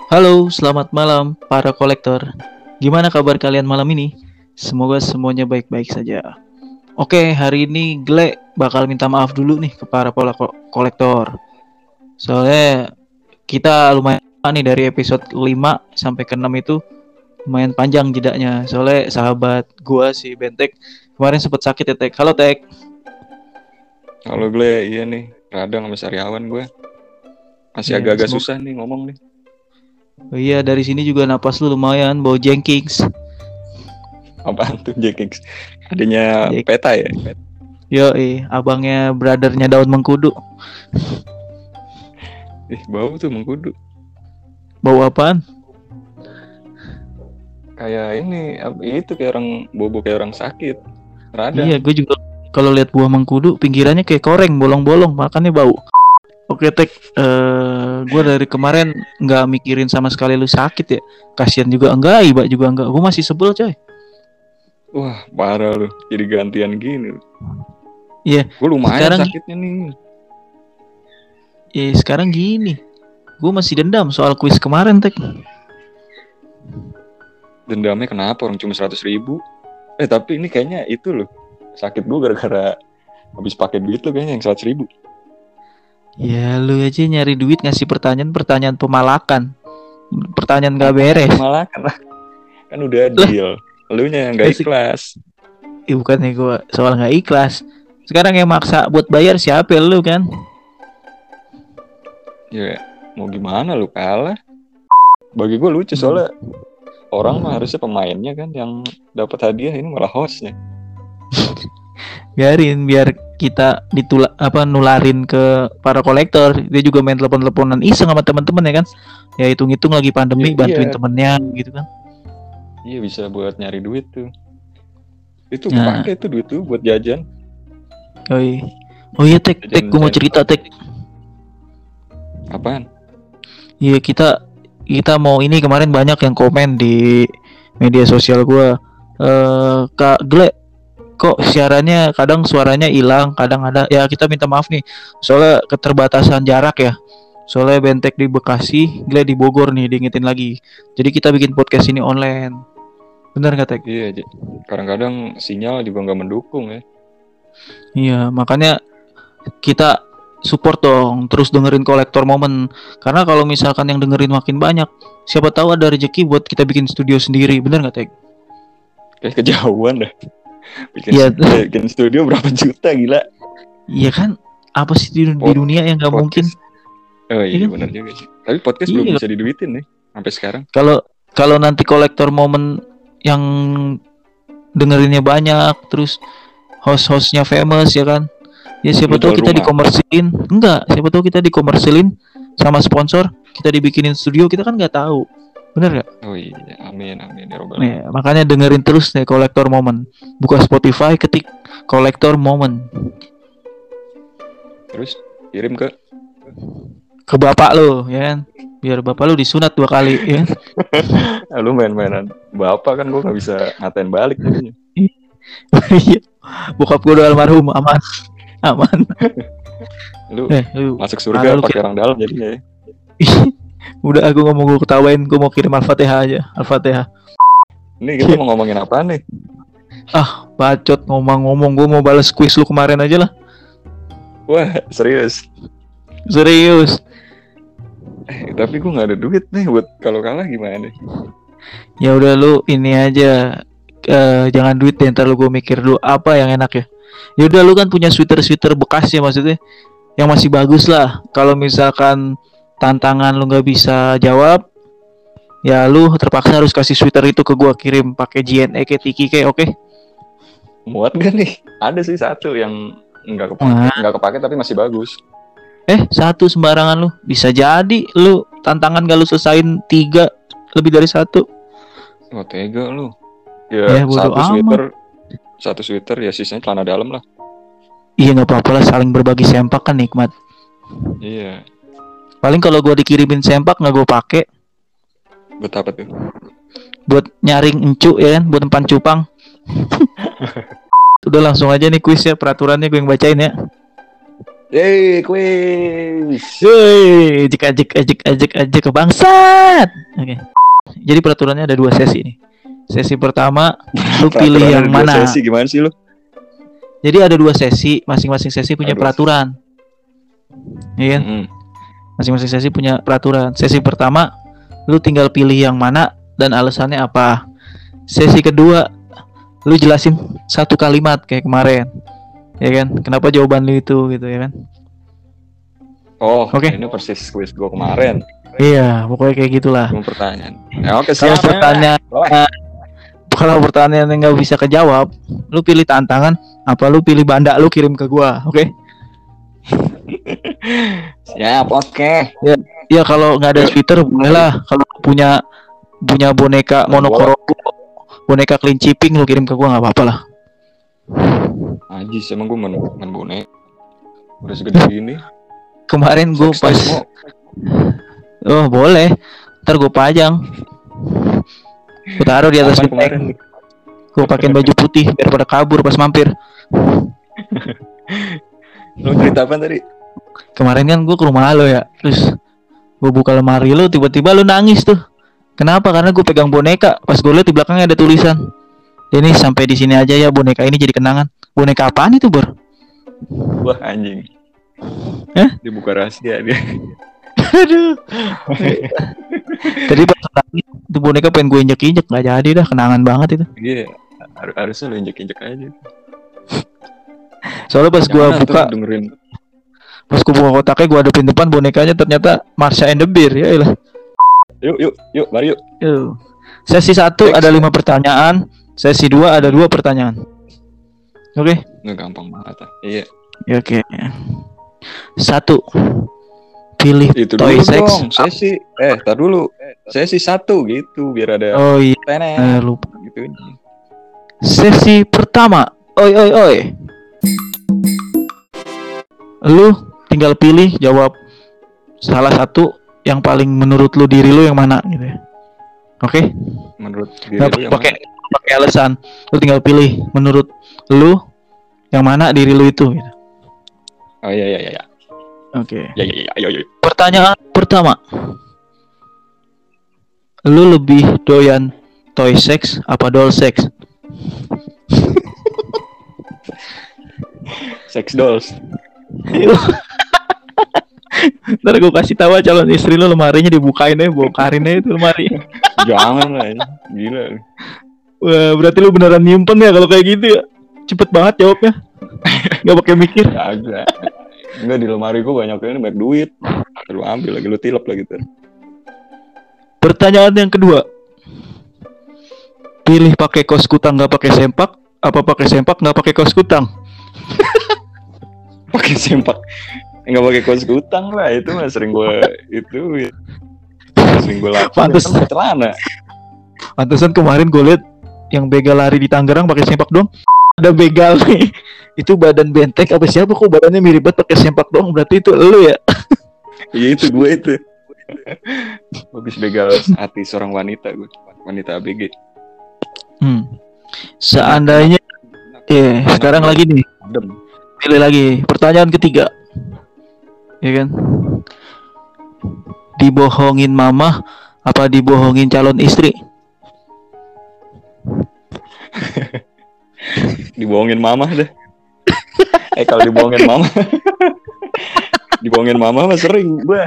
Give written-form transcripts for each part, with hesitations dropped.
Halo, selamat malam para kolektor. Gimana kabar kalian malam ini? Semoga semuanya baik-baik saja. Oke, hari ini Gle bakal minta maaf dulu nih ke para kolektor. Soalnya kita lumayan lama nih dari episode 5 sampai ke 6 itu lumayan panjang jedanya. Soalnya sahabat gua si Bentek kemarin sempat sakit ya, Tek. Halo, Tek. Kalau gue iya nih, radang sama sariawan gue. Masih Ya, agak-agak semoga. susah nih ngomong nih. Oh iya, dari sini juga napas lu lumayan bau jengkings. Apaan tuh Jakings? Adanya Ya, peta ya? yo, abangnya brothernya Daun Mengkudu. Bau tuh mengkudu. Bau apaan? Kayak ini, itu kayak orang bobo kayak orang sakit. Iya, Radang. gue juga kalau lihat buah mengkudu pinggirannya kayak koreng, bolong-bolong, makanya bau. Oke, Tek, gue dari kemarin nggak mikirin sama sekali lu sakit ya. Kasian juga enggak, Iba juga enggak. Gue masih sebel, coy. Wah, parah lu. Jadi gantian gini. Iya, Gue lumayan sekarang, sakitnya nih. sekarang gini. Gue masih dendam soal kuis kemarin, Tek. Dendamnya kenapa? Orang cuma 100.000. Tapi ini kayaknya itu loh. Sakit gue gara-gara habis pakai duit lo kayaknya yang 100.000. Ya, lu aja nyari duit ngasih pertanyaan pemalakan. Pertanyaan gak Apaan beres. malah kan udah Lah, deal. Lu nya nggak ikhlas. bukan nih gue soal nggak ikhlas. Sekarang yang maksa buat bayar siapa lu kan? Ya mau gimana lu kalah. Bagi gue lucu soalnya orang mah harusnya pemainnya kan yang dapat hadiah, ini malah hostnya. Biarin biar kita nularin ke para kolektor. Dia juga main telepon-teleponan iseng sama teman-teman ya kan. Ya hitung-hitung lagi pandemi Ya, bantuin iya, temennya gitu kan. iya bisa buat nyari duit tuh. Itu Nah, kepake tuh duit tuh buat jajan. oh iya. Oh iya, Tek, gue mau Jajan cerita, Tek. apaan? Iya, kita mau ini kemarin banyak yang komen di media sosial gue. Kak Gle, kok siarannya kadang suaranya hilang, kadang ada. Ya kita minta maaf nih. Soalnya keterbatasan jarak ya. Soalnya Bentek di Bekasi, Gle di Bogor nih, diingetin lagi. Jadi kita bikin podcast ini online. Bener gak, Tek? Iya, kadang-kadang sinyal juga nggak mendukung ya. Iya, makanya kita support dong, terus dengerin kolektor momen. Karena kalau misalkan yang dengerin makin banyak, siapa tahu ada rezeki buat kita bikin studio sendiri. Bener gak, Tek? Kayak kejauhan dah. Iya, Bikin studio berapa juta gila. iya kan? Apa sih di dunia yang gak mungkin? Oh iya, Iya kan? benar juga sih. Tapi podcast belum Iya. bisa diduitin nih sampai sekarang. Kalau kalau nanti kolektor momen yang dengerinnya banyak, terus host-hostnya famous ya kan? Ya siapa Lu tahu jual kita rumah. dikomersilin. Enggak, siapa tahu kita dikomersilin sama sponsor, kita dibikinin studio, kita kan nggak tahu. Bener gak? Oh iya, amin ya robbal. Nih, makanya dengerin terus nih kolektor momen. Buka Spotify, ketik kolektor momen. Terus kirim ke Ke bapak lo, ya kan? Biar bapak lo disunat 2 kali, ya. lu main-mainan bapak kan gue nggak bisa ngatain balik jadinya. Iya. Bokap gue udah almarhum, aman. Aman. Lu Lu masuk surga pakai kira... orang dalam jadinya ya. Udah aku ngomong gue ketawain, gue mau kirim Al-Fatihah aja. Al-Fatihah. Ini kita mau ngomongin apa nih? Ah, bacot ngomong-ngomong, gue mau balas quiz lu kemarin aja lah. Wah serius. Serius. Tapi gue nggak ada duit nih buat kalau kalah gimana nih? Ya udah lu ini aja, jangan duit deh, ntar lu gue mikir dulu apa yang enak ya. Ya udah lu kan punya sweater bekas ya, maksudnya yang masih bagus lah. Kalau misalkan tantangan lu nggak bisa jawab, ya lu terpaksa harus kasih sweater itu ke gua, kirim pakai JNE kayak Tiki kayak, oke? Muat gak nih? Ada sih satu yang nggak kepake tapi masih bagus. Satu sembarangan lu, bisa jadi lu tantangan gak lu selesain 3 lebih dari 1. Oh tega lu. Ya bodo satu sweater ya sisanya celana dalam lah. Iya nggak apa-apa lah, saling berbagi sempak kan nikmat. Iya. Paling kalau gue dikirimin sempak nggak gue pakai. Buat apa tuh? Buat nyaring encu ya kan, buat empan cupang. Udah langsung aja nih kuis ya, peraturannya gue yang bacain ya. Kuis. Woi, ajek kebangsat. Oke. Jadi peraturannya ada 2 sesi nih. Sesi pertama, lu pilih Peraturan yang ada 2 mana? sesi, gimana sih lu? Jadi ada 2 sesi, masing-masing sesi punya Ada 2 peraturan. Iya kan? Mm-mm. Masing-masing sesi punya peraturan. Sesi pertama, lu tinggal pilih yang mana dan alasannya apa. Sesi kedua, lu jelasin 1 kalimat kayak kemarin. Ya kan? Kenapa jawaban lu itu gitu ya kan? Oh, Oke. ini persis kuis gue kemarin. Iya, pokoknya kayak gitulah. Cuma pertanyaan. Ya, oke, Kalau siap. pertanyaan Boleh. kalau pertanyaan yang nggak bisa kejawab, lu pilih tantangan apa lu pilih banda lu kirim ke gua, oke? Siap, oke. Ya kalau nggak ada Twitter boleh lah. Kalau punya boneka monokorobo, boneka Klinciping lu kirim ke gua nggak apa-apa lah. Ajis, emang gue main bonek. Udah segede gini. Kemarin gua Sex pas toys mau. oh boleh, ntar gua pajang, gua taruh di atas Kapan genteng, kemarin? gua pakein baju putih biar pada kabur pas mampir. Lu cerita apa tadi? Kemarin kan gua ke rumah lo ya, terus gua buka lemari lo, tiba-tiba lo nangis tuh. Kenapa? Karena gue pegang boneka. Pas gue lihat di belakangnya ada tulisan, ini sampai di sini aja ya, boneka ini jadi kenangan. Boneka apaan itu, Bor? Wah, anjing. Hah? Dibuka rahasia dia. Aduh. Tadi pas nangis, itu boneka pengen gue injek-injek, nggak jadi dah, kenangan banget itu. Iya, harusnya lu injek-injek aja. Soalnya pas gue Jangan buka, tuh dengerin. pas gue buka kotaknya, gue hadapin depan bonekanya ternyata Marsha and the Bear, ya elah. Yuk, mari yuk. Yuk. Sesi 1 Next. ada 5 pertanyaan, sesi 2 ada 2 pertanyaan. Oke? Nggak gampang banget. Iya. Ya, oke. 1. Pilih Itu toy dulu sex. dong. Sesi. Tar dulu. Sesi 1 gitu biar ada Oh iya, tenet lupa. gitu. Sesi pertama. Oi. Lu tinggal pilih jawab salah satu yang paling menurut lu diri lu yang mana gitu ya. Oke? Menurut diri Nggak lu yang pakai alasan. Lu tinggal pilih menurut lu yang mana diri lu itu gitu. mana? Oh iya. Oke. Ya. Pertanyaan pertama. Lu lebih doyan toy sex apa doll sex? Sex dolls. Ntar gue kasih tahu calon istri lu lemarinya dibukain aja, bongkarin aja itu lemari. Jangan lah, gila. Wah, berarti lu beneran nyimpen ya kalau kayak gitu ya? Cepet banget jawabnya. Gak pakai mikir. Agak. Enggak, di lemari gua banyak duit. Lu ambil lagi, lu tilep lagi tuh. Pertanyaan yang kedua. Pilih pakai kaos kutang nggak pakai sempak, apa pakai sempak nggak pakai kaos kutang? Pakai sempak. Enggak pakai kaos kutang lah, itu mah sering gua lakukan. Pantes. Pakai celana. Pantesan kemarin gue liat yang begal lari di Tangerang pakai sempak doang. Ada begal nih. Itu badan bentek apa siapa kok badannya mirip banget pakai sempak doang, berarti itu lu ya? Iya, itu gue itu. Habis begal hati seorang wanita gue. Wanita ABG. Seandainya sekarang lagi nih. Dem. Pilih lagi. Pertanyaan ketiga. Ya kan? Dibohongin mama apa dibohongin calon istri? Dibohongin mama deh. Kalau dibohongin mama dibohongin mama mah sering gue.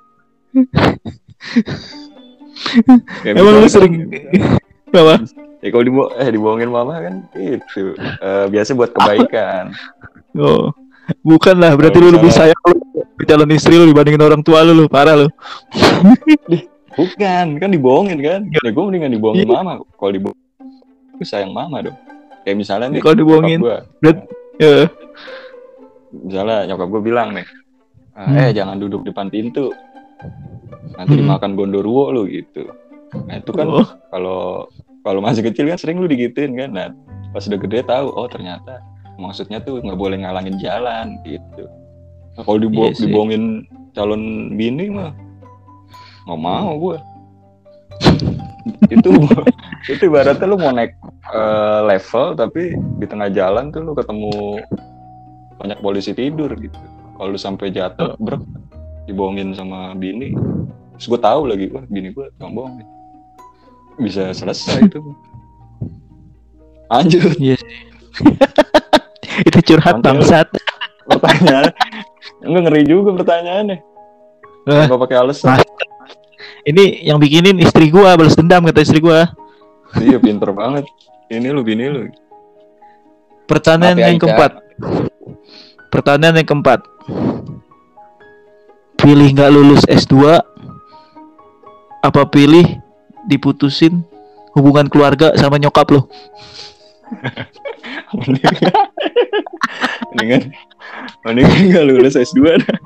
Emang lu sering apa? Kalau dibohongin mama kan itu biasa buat kebaikan. Oh, bukan lah. Berarti lu lebih sayang lu calon istri lu dibandingin orang tua lu parah lu. Bukan, kan dibohongin kan. Ya gue mendingan dibohongin mama. Kalau dibohongin gue sayang mama dong. Kayak misalnya nih, kalau dibohongin misalnya nyokap gue bilang nih, jangan duduk depan pintu, nanti dimakan gondoruo lu gitu. Nah itu kan kalau masih kecil kan sering lu digituin kan. Nah pas udah gede tahu, oh ternyata maksudnya tuh nggak boleh ngalangin jalan gitu. Nah, kalau dibohongin calon bini mah nggak mau gue. itu ibaratnya lu mau naik level tapi di tengah jalan tuh lu ketemu banyak polisi tidur gitu. kalau lu sampai jatuh brek dibohongin sama bini, terus gue tahu lagi, wah bini gue tukang bohong nih, bisa selesai itu. Lanjut. Iya sih. Itu curhat bangsat. Pertanyaan enggak, ngeri juga pertanyaannya. Enggak pakai alasan. Ini yang bikinin istri gua, balas dendam kata istri gua. Iya, pinter banget. Ini lu bini lu. Pertanyaan yang keempat. Pertanyaan yang keempat. Pilih nggak lulus S2 apa pilih diputusin hubungan keluarga sama nyokap lo? Mendingan nggak lulus S2 dah.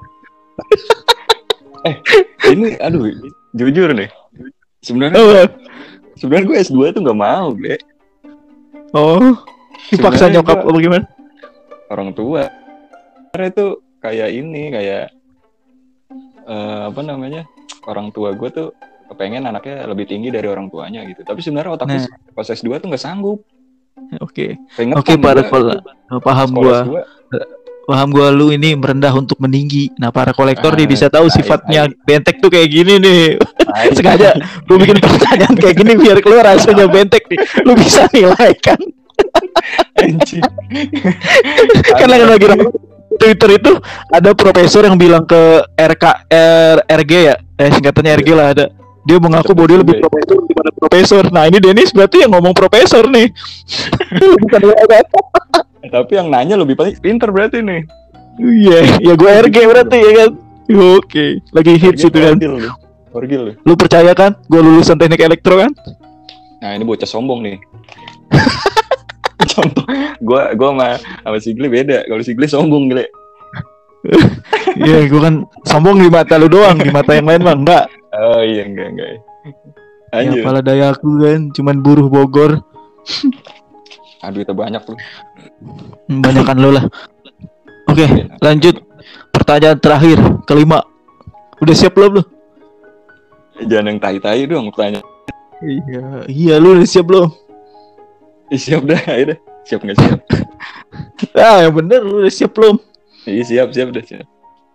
Ini aduh, jujur nih. Sebenarnya gue S2 tuh nggak mau, Gle. Oh, dipaksa nyokap apa gimana? Orang tua. Karena itu kayak ini, kayak apa namanya? Orang tua gue tuh kepengen anaknya lebih tinggi dari orang tuanya gitu. Tapi sebenarnya otaknya pas S2 tuh nggak sanggup. Oke, para paham gua lu ini merendah untuk meninggi. Nah, para kolektor nih bisa tahu sifatnya Bentek tuh kayak gini nih. Sengaja lu bikin pertanyaan kayak gini biar keluar hasilnya Bentek nih. Lu bisa nilai kan? Karena lagi Twitter itu ada profesor yang bilang ke RG ya, singkatannya RG lah ada. Dia mengaku bahwa dia lebih profesor daripada profesor. Nah ini Dennis berarti yang ngomong profesor nih. Bukan dia. Tapi yang nanya lebih pinter berarti nih. Iya, ya gue RG berarti ya kan. Oke, lagi hits itu kan. Orgil. Lu percaya kan? Gue lulusan teknik elektro kan? Nah ini bocah sombong nih. Contoh, gue sama Sigli beda. Kalau Sigli sombong Gle. Iya, gue kan sombong di mata lu doang, di mata yang lain mah enggak. Oh iya, enggak. Ya kepala dayaku kan, cuman buruh Bogor. Aduh, itu banyak tuh. Banyakan lo lah. Oke, lanjut. Pertanyaan terakhir, kelima. Udah siap belum lu? Jangan yang tai-tai dong pertanyaan. Iya, lu udah siap belum? Siap dah, ayo dah. Siap nggak siap? Yang bener, lu udah siap belum? Iya, siap dah, siap.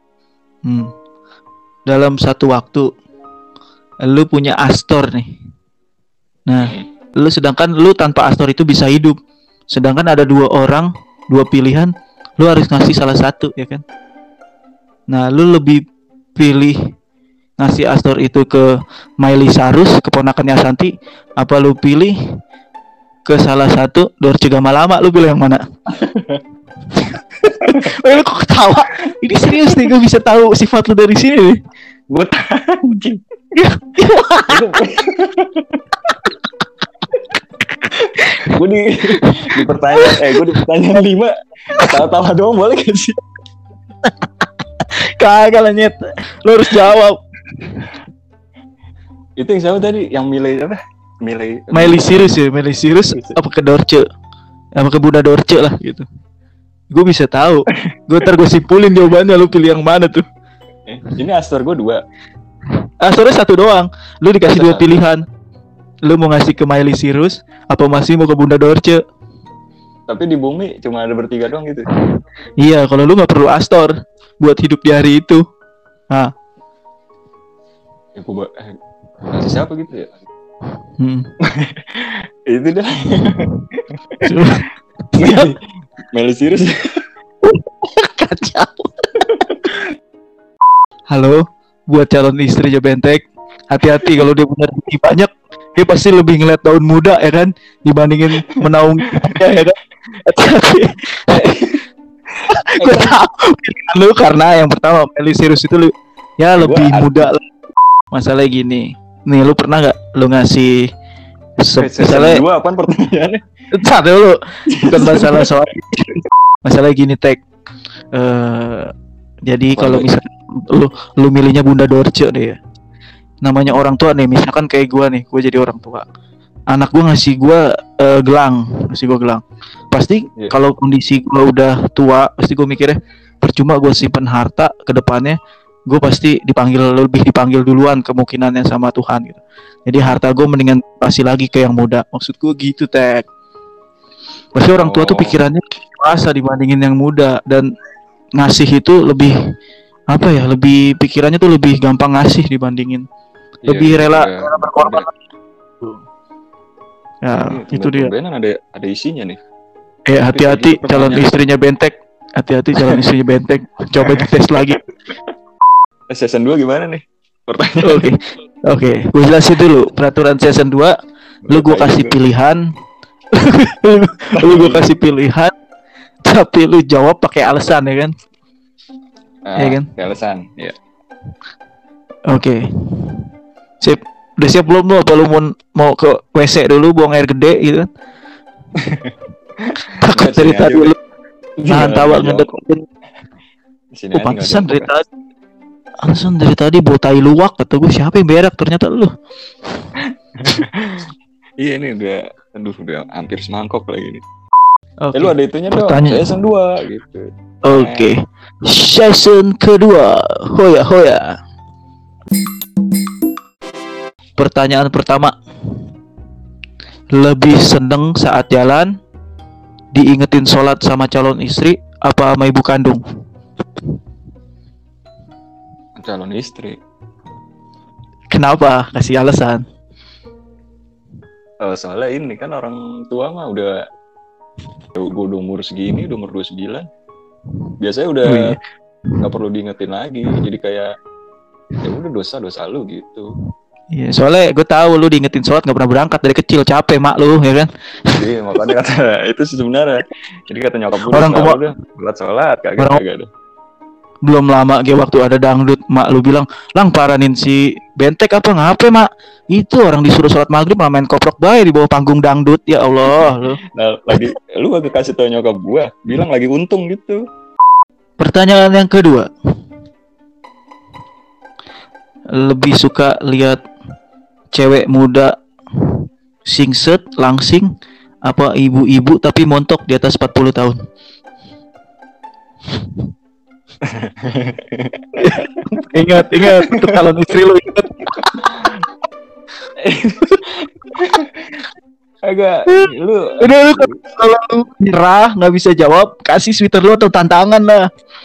Dalam satu waktu lu punya Astor nih. Nah, sedangkan lu tanpa Astor itu bisa hidup. Sedangkan ada 2 orang, 2 pilihan, lu harus ngasih salah satu, ya kan? Nah, lu lebih pilih ngasih Astor itu ke Miley Cyrus, keponakannya Ashanti, apa lu pilih ke salah satu Dorce Gamalama? Lu pilih yang mana? Lu kok ketawa? Ini serius nih, gue bisa tahu sifat lu dari sini nih. Gue anjing. Gue di pertanyaan 5 tawa-tawa doang boleh gak sih? Kagak lah nyet. Lu harus jawab. Itu yang siapa tadi? Yang Miley Cyrus ya, Miley Cyrus apa ke Dorce? Apa ke Bunda Dorce lah gitu. Gue bisa tahu. Gue simpulin jawabannya, lu pilih yang mana tuh? Ini Astor gue 2. Astornya 1 doang. Lu dikasih 2 pilihan. Lu mau ngasih ke Miley Cyrus apa masih mau ke Bunda Dorce? Tapi di bumi cuma ada bertiga doang gitu. Iya, kalau lu nggak perlu Astor buat hidup di hari itu. Nah, ya gue ngasih siapa gitu ya? Itu dah. Miley Cyrus. Kacau. Halo, buat calon istri Bentek, hati-hati kalau dia punya rezeki banyak, dia pasti lebih ngeliat daun muda ya kan, dibandingin menaung ya kan. Hati-hati. Gue tahu lu karena yang pertama Miley Cyrus itu lu ya lebih muda. Masalahnya gini, nih lu pernah nggak lu ngasih misalnya 2 apaan pertanyaannya? Entar dulu, bukan masalah soal masalah gini Tek. Jadi kalau misalnya lu milihnya Bunda Dorce deh ya. Namanya orang tua nih, misalkan kayak gue nih, gue jadi orang tua. Anak gue ngasih gue gelang. Pasti kalau kondisi gue udah tua, pasti gue mikirnya percuma gue simpen harta ke depannya, gue pasti lebih dipanggil duluan kemungkinannya sama Tuhan gitu. Jadi harta gue mendingan kasih lagi ke yang muda. Maksud gue gitu Tek. Pasti orang tua tuh pikirannya dewasa dibandingin yang muda. Dan ngasih itu lebih apa ya? Lebih pikirannya tuh lebih gampang ngasih dibandingin lebih rela berkorban. Ya, itu dia. Ada isinya nih. Hati-hati calon istrinya Bentek. Hati-hati calon istrinya Bentek. Coba dites lagi. Season 2 gimana nih? Pertanyaan. Oke. Gue jelasin dulu peraturan season 2. Lu gue kasih pilihan. Lu gue kasih pilihan. Tapi lu jawab pakai alasan ya kan? Ya kan? Pakai alasan, ya. Oke. Sip. Udah siap belum lu? Apa lu mau ke WC dulu buang air gede gitu kan? Takut cerita dulu. Nahan tawa ngedeketin. Pantesan dari tadi. Alasan dari tadi bau tai luwak kata gue, siapa yang berak, ternyata lu. Iya ini udah hampir semangkok lagi nih. Okay. Lu ada itunya dong, season 2 gitu. Oke. Season kedua. Hoya. Pertanyaan pertama. Lebih seneng saat jalan diingetin sholat sama calon istri apa sama ibu kandung? Calon istri. Kenapa? Kasih alasan. Soalnya ini kan orang tua mah gue udah umur segini, udah umur 29. Biasanya udah gak perlu diingetin lagi. Jadi kayak ya udah dosa lu gitu. Iya, soalnya gue tahu lu diingetin sholat gak pernah berangkat dari kecil, capek mak lu, ya kan? Iya, makanya kata itu sebenarnya. Jadi kata nyokap gue udah sholat kagak ada. Belum lama waktu ada dangdut, mak lu bilang, "Lang, paranin si Bentek apa ngapain, mak?" Itu orang disuruh sholat maghrib malah main koprok bae di bawah panggung dangdut. Ya Allah, lu. Nah, lu agak kasih tau nyokap gue, bilang lagi untung gitu. Pertanyaan yang kedua. Lebih suka lihat cewek muda singset langsing apa ibu-ibu tapi montok di atas 40 tahun? Ingat itu calon istri lu ingat. Agak lu kalau lu nyerah nggak bisa jawab, kasih sweater lu atau tantangan lah.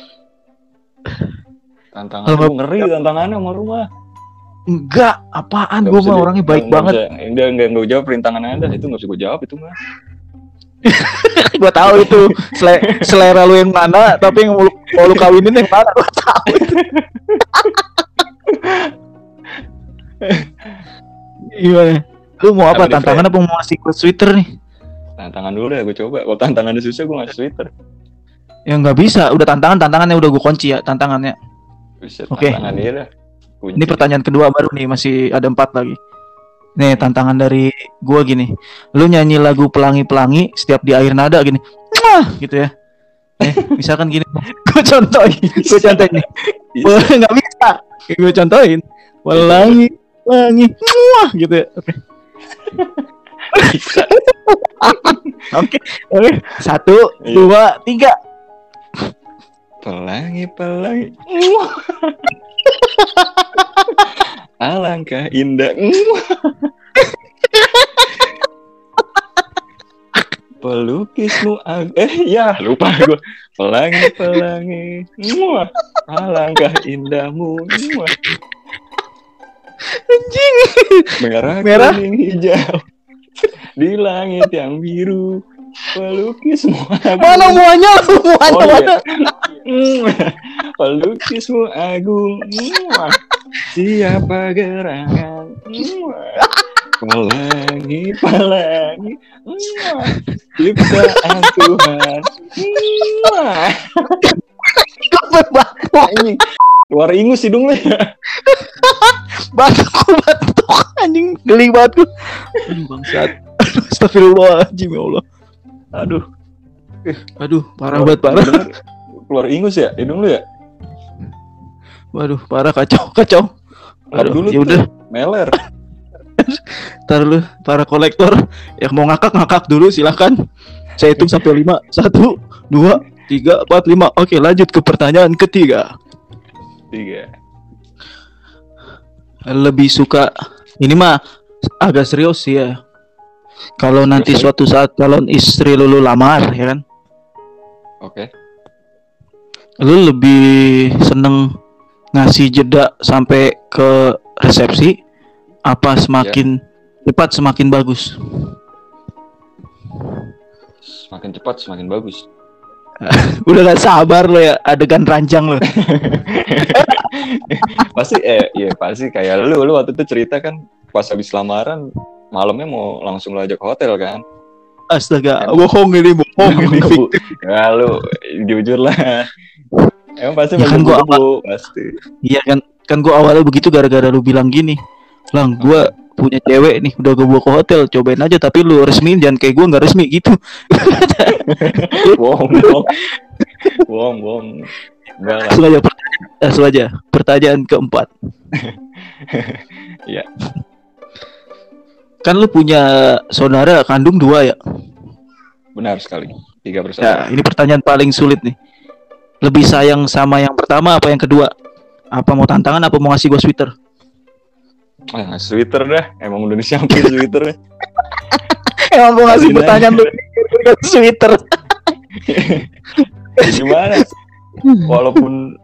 Tantangan lu ngeri, tantangannya sama rumah. Enggak, apaan, gue mah orangnya baik banget. Enggak jawab perintangan Anda, itu nggak bisa gue jawab itu mah. Gue tahu itu selera lu yang mana, tapi yang mau lu kawinin yang mana, gue tahu itu. Gimana? Lu mau apa, tantangan apa mau ngasih sweater nih? Tantangan dulu ya, gue coba. Kalau tantangannya susah, gue ngasih sweater. Ya nggak bisa, udah tantangannya udah gue kunci ya, tantangannya. Oke. Ini pertanyaan kedua baru nih, masih ada 4 lagi. Nih tantangan dari gue gini, lu nyanyi lagu Pelangi-Pelangi setiap di akhir nada gini, gitu ya. Misalkan gini, gue contohin nih. Nggak bisa, gue contohin. Pelangi-Pelangi, gitu ya. Oke. 1, 2, 3. Pelangi-pelangi. Alangkah indah. Pelukismu lupa gue. Pelangi-pelangi. Alangkah indahmu. Anjing. Merah kuning hijau. Di langit yang biru. Pelukismu agung. Mana muanya? Pelukismu agung. Siapa gerangan? Pelangi. Ciptaan Tuhan. Anjing. Keluar ingus hidung lu ya. Batuk anjing, geli banget gue. Bangsat. Astagfirullahaladzim, ya Allah. Aduh, parah. Keluar ingus ya hidung lu ya. Waduh, parah, kacau. Dulu ya udah, meler. Ntar lu para kolektor yang mau ngakak dulu silakan. Saya hitung sampai 5. 1, 2, 3, 4, 5. Oke, lanjut ke pertanyaan ketiga. 3. Lebih suka, ini mah agak serius sih ya. Kalau nanti suatu saat calon istri lu lamar, ya kan? Oke. Lu lebih seneng ngasih jeda sampai ke resepsi apa semakin cepat semakin bagus? Semakin cepat semakin bagus. Udah gak sabar lo ya adegan ranjang lo. Pasti pasti kayak lu waktu itu cerita kan pas habis lamaran malamnya mau langsung lo ajak ke hotel kan. Astaga, bohong ini. Ya lu jujur lah. Emang pasti ya kan pasti. Iya kan gua awalnya begitu gara-gara lu bilang gini. Lang, gua punya cewek nih udah gue bawa ke hotel, cobain aja tapi lu resmiin, jangan kayak gue nggak resmi gitu. Bohong. Langsung aja pertanyaan keempat. Iya. Kan lu punya saudara kandung 2 ya? Benar sekali. 3 bersaudara. Nah, ini pertanyaan paling sulit nih. Lebih sayang sama yang pertama apa yang kedua? Apa mau tantangan apa mau ngasih gue sweater? Sweater dah. Emang udah disiapin sweater. Emang gue ngasih pertanyaan lu sweater. Gimana? Walaupun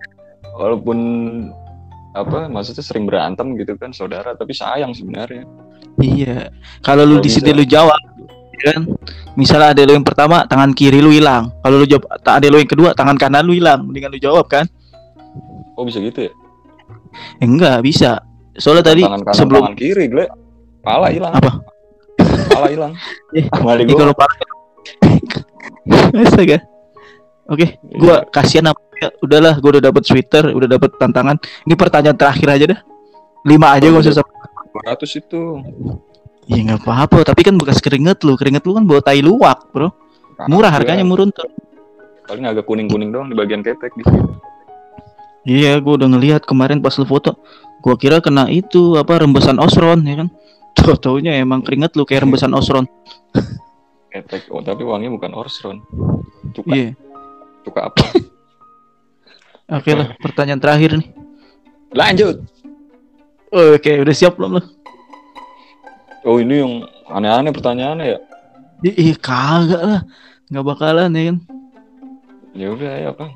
apa maksudnya sering berantem gitu kan saudara, tapi sayang sebenarnya. Iya. Kalau lu di sini lu jawab kan, misalnya ada lu yang pertama tangan kiri lu hilang, kalau lu jawab ada lu yang kedua tangan kanan lu hilang, mendingan lu jawab kan? Oh bisa gitu ya? Enggak bisa. Soalnya tadi sebelum tangan kiri, Gle. Pala hilang. Apa? Pala hilang. Ini kalau pala. Astaga. Oke, gua kasihan apa ya? Udahlah, gua udah dapat sweater, udah dapat tantangan. Ini pertanyaan terakhir aja dah. 5 aja gak usah sampai 200 itu. Iya nggak apa-apa, tapi kan bekas keringet lu kan bawa tai luwak, bro. Murah harganya, murun tuh. Paling agak kuning-kuning doang di bagian ketek di sini. Iya, gua udah ngelihat kemarin pas lu foto. Gua kira kena itu apa rembesan osron ya kan. Taunya emang keringet lu kayak rembesan osron. Ketek. Oh, tapi uangnya bukan osron. Cuka. Iya. Cuka apa? Oke lah, pertanyaan terakhir nih. Lanjut. Oke, udah siap belum lu? Oh, ini yang aneh-aneh pertanyaannya ya? Iya, kagak lah. Nggak bakalan ya kan. Ya udah ya, Bang.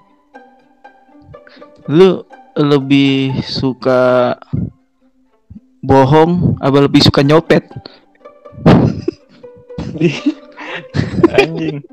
Lu lebih suka bohong apa lebih suka nyopet? Anjing.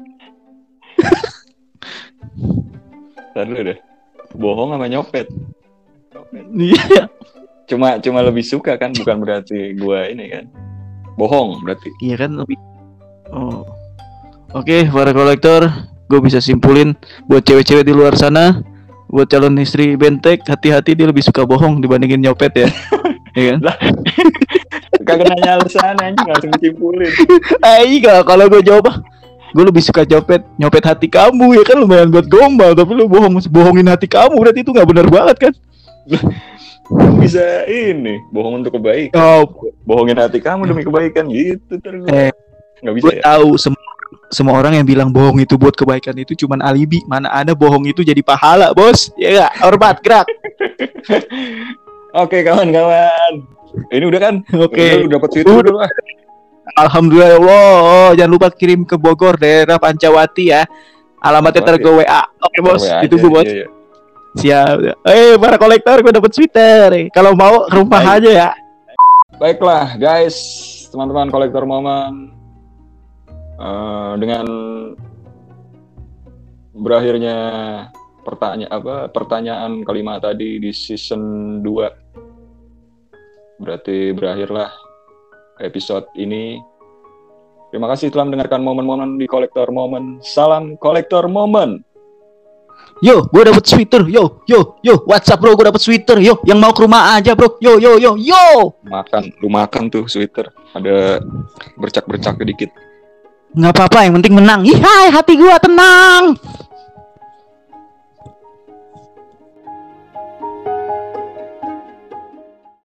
Ntar dulu deh. Bohong sama nyopet. Iya. Cuma lebih suka kan, bukan berarti gua ini kan. Bohong berarti. Iya kan lebih. Oh. Oke, para kolektor, gue bisa simpulin buat cewek-cewek di luar sana, buat calon istri Bentek, hati-hati dia lebih suka bohong dibandingin nyopet ya. Iya kan? Kagak nanya alasan anjing, langsung disimpulin. Iya, kalau gue jawab, gue lebih suka nyopet hati kamu ya kan, lumayan buat gombal, tapi lu bohongin hati kamu berarti itu nggak benar banget kan? Bisa ini bohong untuk kebaikan. Oh. Bohongin hati kamu demi kebaikan gitu terus. Nggak bisa. Gue tahu semua orang yang bilang bohong itu buat kebaikan itu cuman alibi. Mana ada bohong itu jadi pahala, bos? Ya nggak? Hormat, gerak. Oke, kawan-kawan. Ini udah kan? Oke. Udah dapat sweater dulu lah. Alhamdulillah ya Allah. Jangan lupa kirim ke Bogor daerah Pancawati ya. Alamatnya ntar gue WA. Oke, bos. Ditunggu, bos. Iya. Siap. Para kolektor, gue dapet sweater. Kalau mau ke rumah aja ya. Baiklah, guys, teman-teman kolektor momen. Dengan berakhirnya pertanyaan kelima tadi di season 2, berarti berakhirlah episode ini. Terima kasih telah mendengarkan momen-momen di kolektor momen. Salam kolektor momen. Yo, gue dapet sweater. Yo, WhatsApp bro, gue dapet sweater. Yo, yang mau ke rumah aja bro. Yo. Lu makan tuh sweater. Ada bercak-bercak sedikit. Nggak apa-apa, yang penting menang. Ihai, hati gue tenang.